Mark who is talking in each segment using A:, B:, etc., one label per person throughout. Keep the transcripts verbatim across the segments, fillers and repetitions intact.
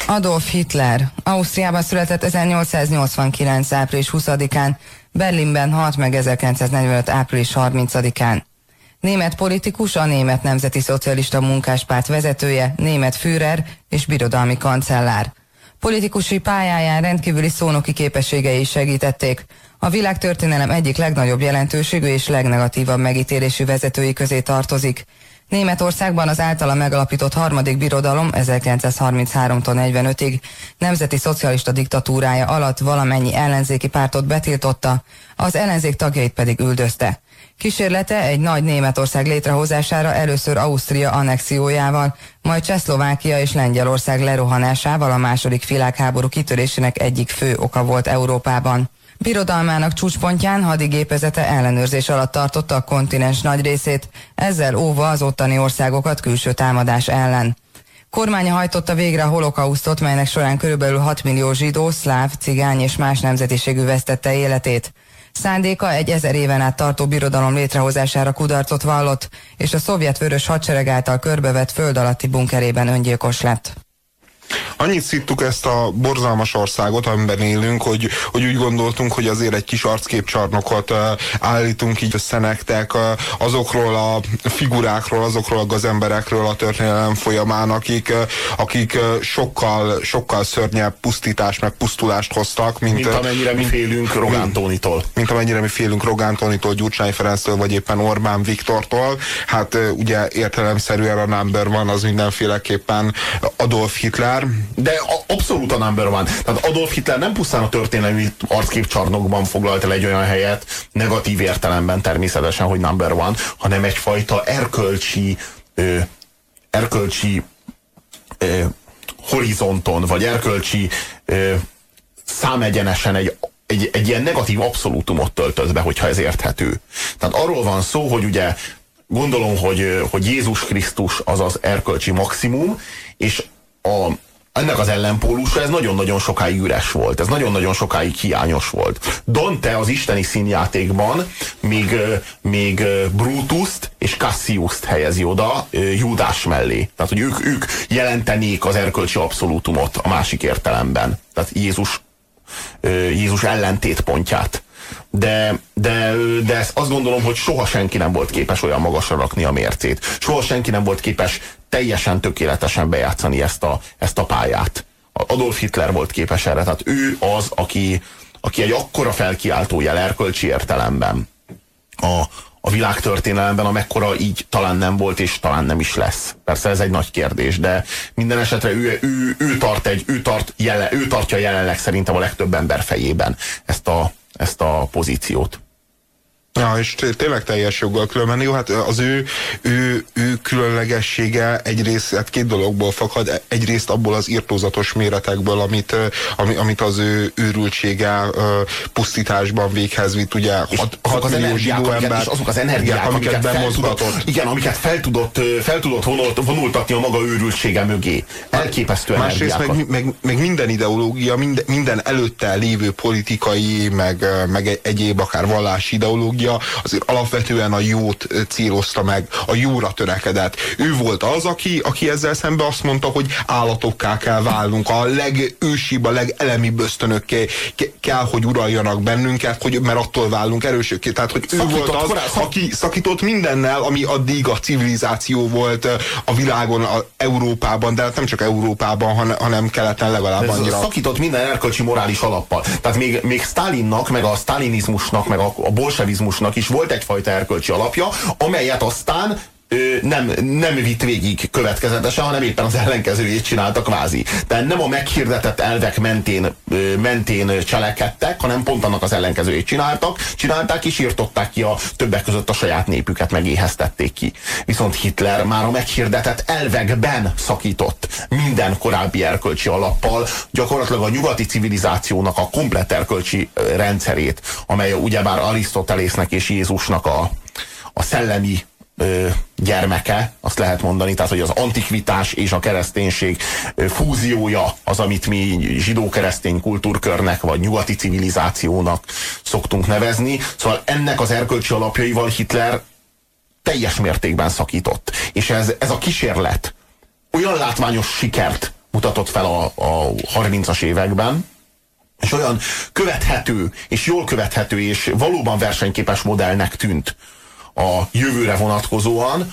A: Adolf Hitler Ausztriában született ezernyolcszáznyolcvankilenc. április huszadikán, Berlinben halt meg ezerkilencszáznegyvenöt. április harmincadikán. Német politikus, a Német Nemzeti Szocialista Munkáspárt vezetője, német Führer és birodalmi kancellár. Politikusi pályáján rendkívüli szónoki képességei is segítették. A világtörténelem egyik legnagyobb jelentőségű és legnegatívabb megítélésű vezetői közé tartozik. Németországban az általa megalapított harmadik birodalom ezerkilencszázharminchárom negyvenötig nemzeti szocialista diktatúrája alatt valamennyi ellenzéki pártot betiltotta, az ellenzék tagjait pedig üldözte. Kísérlete egy nagy Németország létrehozására először Ausztria annexiójával, majd Csehszlovákia és Lengyelország lerohanásával a második világháború kitörésének egyik fő oka volt Európában. Birodalmának csúcspontján hadigépezete ellenőrzés alatt tartotta a kontinens nagy részét, ezzel óva az ottani országokat külső támadás ellen. Kormánya hajtotta végre a holokausztot, melynek során körülbelül hat millió zsidó, szláv, cigány és más nemzetiségű vesztette életét. Szándéka egy ezer éven át tartó birodalom létrehozására kudarcot vallott, és a szovjet vörös hadsereg által körbevett föld alatti bunkerében öngyilkos lett.
B: Annyit szittuk ezt a borzalmas országot, amiben élünk, hogy, hogy úgy gondoltunk, hogy azért egy kis arcképcsarnokot uh, állítunk így össze nektek uh, azokról a figurákról, azokról a gazemberekről a történelem folyamán, akik, uh, akik uh, sokkal, sokkal szörnyebb pusztítást, meg pusztulást hoztak, mint,
C: mint amennyire mi félünk Rogán Tónitól.
B: Mint, mint amennyire mi félünk Rogán Tónitól, Gyurcsány Ferenctől, vagy éppen Orbán Viktortól. Hát uh, ugye értelemszerűen a number one az mindenféleképpen Adolf Hitler.
C: De abszolút a number one. Tehát Adolf Hitler nem pusztán a történelmi arcképcsarnokban foglalt el egy olyan helyet, negatív értelemben természetesen, hogy number one, hanem egyfajta erkölcsi ö, erkölcsi ö, horizonton, vagy erkölcsi ö, számegyenesen egy, egy, egy ilyen negatív abszolútumot töltött be, hogyha ez érthető. Tehát arról van szó, hogy ugye gondolom, hogy, hogy Jézus Krisztus az az erkölcsi maximum, és a ennek az ellenpólusa, ez nagyon-nagyon sokáig üres volt, ez nagyon-nagyon sokáig hiányos volt. Dante az isteni színjátékban még, még Brutust és Cassiust helyezi oda Júdás mellé. Tehát, hogy ők, ők jelentenék az erkölcsi abszolútumot a másik értelemben. Tehát Jézus, Jézus ellentétpontját. De, de, de ezt azt gondolom, hogy soha senki nem volt képes olyan magasra rakni a mércét. Soha senki nem volt képes teljesen tökéletesen bejátszani ezt a, ezt a pályát. Adolf Hitler volt képes erre, tehát ő az, aki, aki egy akkora felkiáltó jel erkölcsi értelemben a, a világtörténelemben, amekkora így talán nem volt, és talán nem is lesz. Persze ez egy nagy kérdés, de minden esetre ő, ő, ő, tart egy, ő, tart jelen, ő tartja jelenleg szerintem a legtöbb ember fejében ezt a ezt a pozíciót.
B: Ja, és tényleg teljes joggal különben. Jó, hát az ő, ő, ő különlegessége egyrészt, hát két dologból fakad. Egyrészt abból az irtózatos méretekből, amit, ami, amit az ő őrültsége pusztításban véghez vitt, ugye hat millió zsidó ember,
C: és azok az energiák, igen, amiket, amiket bemozgatott. Igen, amiket fel tudott, fel tudott vonult, vonultatni a maga őrültsége mögé. Elképesztő energiákat.
B: Másrészt meg, meg, meg minden ideológia, minden, minden előtte lévő politikai, meg, meg egyéb akár vallási ideológia azért alapvetően a jót célozta meg, a jóra törekedett. Ő volt az, aki, aki ezzel szemben azt mondta, hogy állatokká kell válnunk, a legősibb, a legelemibb ösztönökké kell, hogy uraljanak bennünket, hogy, mert attól válunk erősökké. Tehát, hogy ő szakított volt az, korán, szak... aki szakított mindennel, ami addig a civilizáció volt a világon, a Európában, de nem csak Európában, hanem, hanem keleten legalább annyira.
C: Szakított minden erkölcsi morális alappal. Tehát még, még Sztálinnak, meg a sztálinizmusnak, meg a, a bolsevizmusnak is volt egyfajta erkölcsi alapja, amelyet aztán ö, nem, nem vitt végig következetesen, hanem éppen az ellenkezőjét csináltak kvázi. De nem a meghirdetett elvek mentén, ö, mentén cselekedtek, hanem pont annak az ellenkezőjét csináltak, csinálták és írtották ki a többek között a saját népüket, megéheztették ki. Viszont Hitler már a meghirdetett elvekben szakított minden korábbi erkölcsi alappal, gyakorlatilag a nyugati civilizációnak a komplett erkölcsi rendszerét, amely ugyebár Arisztotelésznek és Jézusnak a, a szellemi ö, gyermeke, azt lehet mondani, tehát hogy az antikvitás és a kereszténység ö, fúziója az, amit mi zsidó-keresztény kultúrkörnek vagy nyugati civilizációnak szoktunk nevezni. Szóval ennek az erkölcsi alapjaival Hitler teljes mértékben szakított. És ez, ez a kísérlet olyan látványos sikert mutatott fel a, a harmincas években, és olyan követhető, és jól követhető, és valóban versenyképes modellnek tűnt a jövőre vonatkozóan,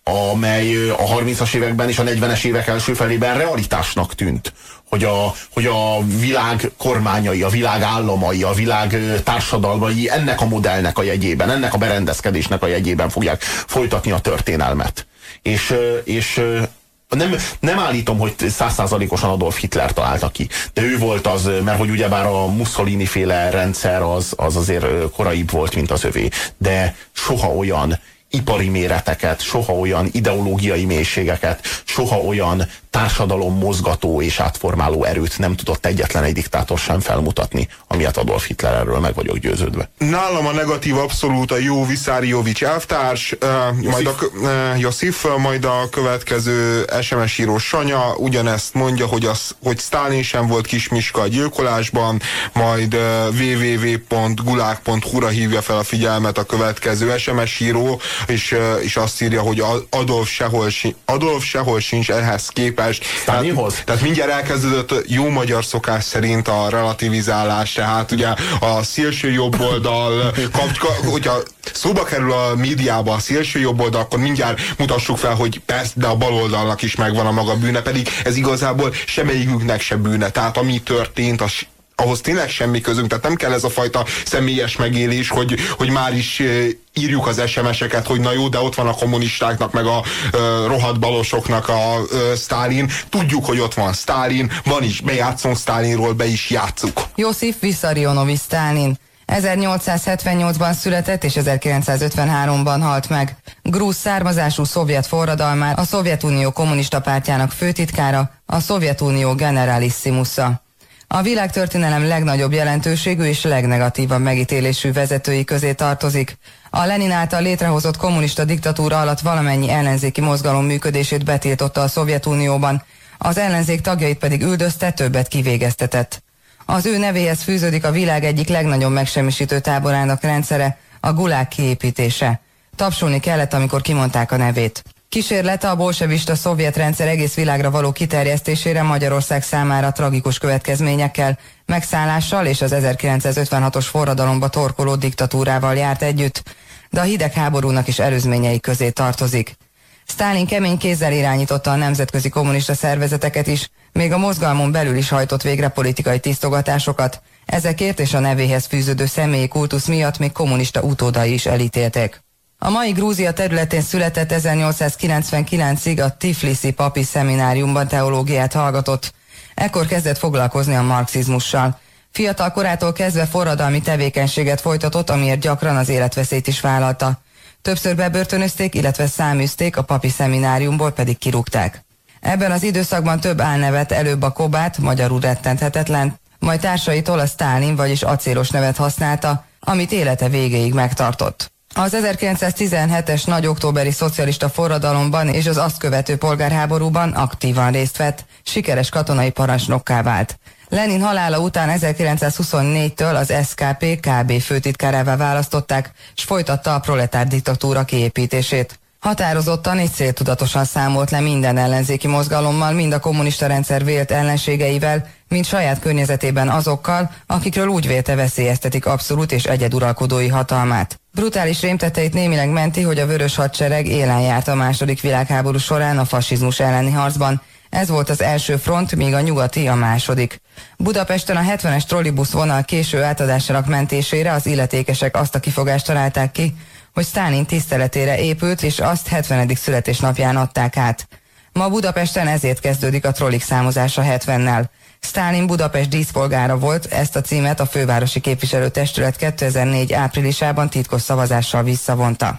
C: amely a harmincas években és a negyvenes évek első felében realitásnak tűnt. Hogy a, hogy a világ kormányai, a világ államai, a világ társadalmai ennek a modellnek a jegyében, ennek a berendezkedésnek a jegyében fogják folytatni a történelmet. És, és nem, nem állítom, hogy száz százalékosan Adolf Hitler találta ki, de ő volt az, mert hogy ugyebár a Mussolini-féle rendszer az, az azért koraibb volt, mint az övé, de soha olyan ipari méreteket, soha olyan ideológiai mélységeket, soha olyan társadalom mozgató és átformáló erőt nem tudott egyetlen egy diktátor sem felmutatni, amilyet Adolf Hitler, erről meg vagyok győződve.
B: Nálam a negatív abszolút a jó Viszáriovics elvtárs, uh, majd a, uh, Josif, majd a következő es em es író Sanya ugyanezt mondja, hogy, az, hogy Sztálin sem volt Kismiska a gyilkolásban, majd uh, double-u double-u double-u pont gulag pont hu-ra hívja fel a figyelmet a következő es em es író, és, uh, és azt írja, hogy Adolf sehol, Adolf sehol sincs ehhez képest. Tehát, tehát mindjárt elkezdődött jó magyar szokás szerint a relativizálás, tehát ugye a szélső jobboldal, hogyha szóba kerül a médiába a szélső jobboldal, akkor mindjárt mutassuk fel, hogy persze, de a baloldalnak is megvan a maga bűne, pedig ez igazából semmelyikünknek se bűne. Tehát ami történt, az ahhoz tényleg semmi közünk, tehát nem kell ez a fajta személyes megélés, hogy, hogy már is írjuk az es em es-eket, hogy na jó, de ott van a kommunistáknak, meg a ö, rohadt balosoknak a ö, Sztálin. Tudjuk, hogy ott van Sztálin, van is, bejátszunk Sztálinról, be is játsszuk.
A: József Viszarionovics Sztálin ezernyolcszázhetvennyolcban született és ezerkilencszázötvenháromban halt meg. Grúz származású szovjet forradalmár, a Szovjetunió kommunista pártjának főtitkára, a Szovjetunió generalissimusa. A világtörténelem legnagyobb jelentőségű és legnegatívabb megítélésű vezetői közé tartozik. A Lenin által létrehozott kommunista diktatúra alatt valamennyi ellenzéki mozgalom működését betiltotta a Szovjetunióban, az ellenzék tagjait pedig üldözte, többet kivégeztetett. Az ő nevéhez fűződik a világ egyik legnagyobb megsemmisítő táborának rendszere, a Gulag kiépítése. Tapsolni kellett, amikor kimondták a nevét. Kísérlete a bolsevista szovjet rendszer egész világra való kiterjesztésére Magyarország számára tragikus következményekkel, megszállással és az ezerkilencszázötvenhatos forradalomba torkoló diktatúrával járt együtt, de a hidegháborúnak is előzményei közé tartozik. Sztálin kemény kézzel irányította a nemzetközi kommunista szervezeteket is, még a mozgalmon belül is hajtott végre politikai tisztogatásokat, ezekért és a nevéhez fűződő személyi kultusz miatt még kommunista utódai is elítélték. A mai Grúzia területén született ezernyolcszázkilencvenkilencig a Tifliszi papi szemináriumban teológiát hallgatott. Ekkor kezdett foglalkozni a marxizmussal. Fiatal korától kezdve forradalmi tevékenységet folytatott, amiért gyakran az életveszélyt is vállalta. Többször bebörtönözték, illetve száműzték, a papi szemináriumból pedig kirúgták. Ebben az időszakban több álnevet, előbb a Kobát, magyarul rettenthetetlen, majd társaitól a Sztálin, vagyis acélos nevet használta, amit élete végéig megtartott. Az ezerkilencszáztizenhetes nagy októberi szocialista forradalomban és az azt követő polgárháborúban aktívan részt vett, sikeres katonai parancsnokká vált. Lenin halála után ezerkilencszázhuszonnégytől az es ká pé ká bé főtitkárává választották, s folytatta a proletár diktatúra kiépítését. Határozottan és céltudatosan számolt le minden ellenzéki mozgalommal, mind a kommunista rendszer vélt ellenségeivel, mind saját környezetében azokkal, akikről úgy vélte veszélyeztetik abszolút és egyeduralkodói hatalmát. Brutális rémtetteit némileg menti, hogy a Vörös Hadsereg élen járt a második világháború során a fasizmus elleni harcban. Ez volt az első front, míg a nyugati a második. Budapesten a hetvenes trollibusz vonal késő átadásának mentésére az illetékesek azt a kifogást találták ki, hogy Sztálin tiszteletére épült, és azt hetvenedik születésnapján adták át. Ma Budapesten ezért kezdődik a trollik számozása hetvennel. Sztálin Budapest díszpolgára volt, ezt a címet a fővárosi képviselőtestület kétezer-négy áprilisában titkos szavazással visszavonta.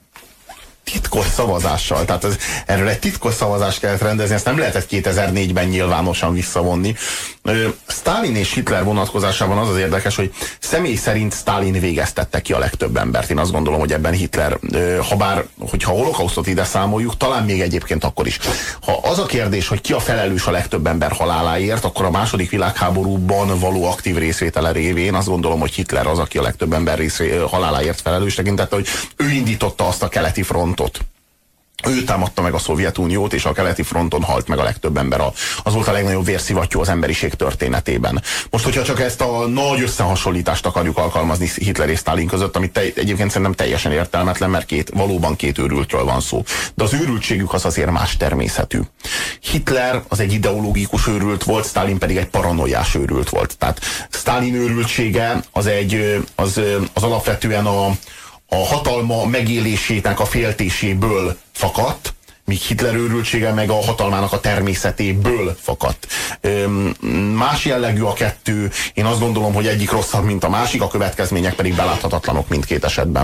C: Titkos szavazással, tehát ez, erről egy titkos szavazást kellett rendezni, ezt nem lehetett kétezer-négyben nyilvánosan visszavonni. Sztálin és Hitler vonatkozásában az az érdekes, hogy személy szerint Sztálin végeztette ki a legtöbb embert. Én azt gondolom, hogy ebben Hitler, ha bár, hogyha a holokausztot ide számoljuk, talán még egyébként akkor is. Ha az a kérdés, hogy ki a felelős a legtöbb ember haláláért, akkor a második világháborúban való aktív részvétele révén azt gondolom, hogy Hitler az, aki a legtöbb ember részvé, haláláért felelős, tekintette, hogy ő indította azt a keleti front. Ő támadta meg a Szovjetuniót, és a keleti fronton halt meg a legtöbb ember. A, az volt a legnagyobb vérszivattyú az emberiség történetében. Most, hogyha csak ezt a nagy összehasonlítást akarjuk alkalmazni Hitler és Sztálin között, amit te, egyébként szerintem teljesen értelmetlen, mert két, valóban két őrültről van szó. De az őrültségük az azért más természetű. Hitler az egy ideológikus őrült volt, Sztálin pedig egy paranoiás őrült volt. Tehát Sztálin őrültsége az, egy, az, az alapvetően a a hatalma megélésének a féltéséből fakadt, míg Hitler őrültsége meg a hatalmának a természetéből fakadt. Más jellegű a kettő, én azt gondolom, hogy egyik rosszabb, mint a másik, a következmények pedig beláthatatlanok mindkét esetben.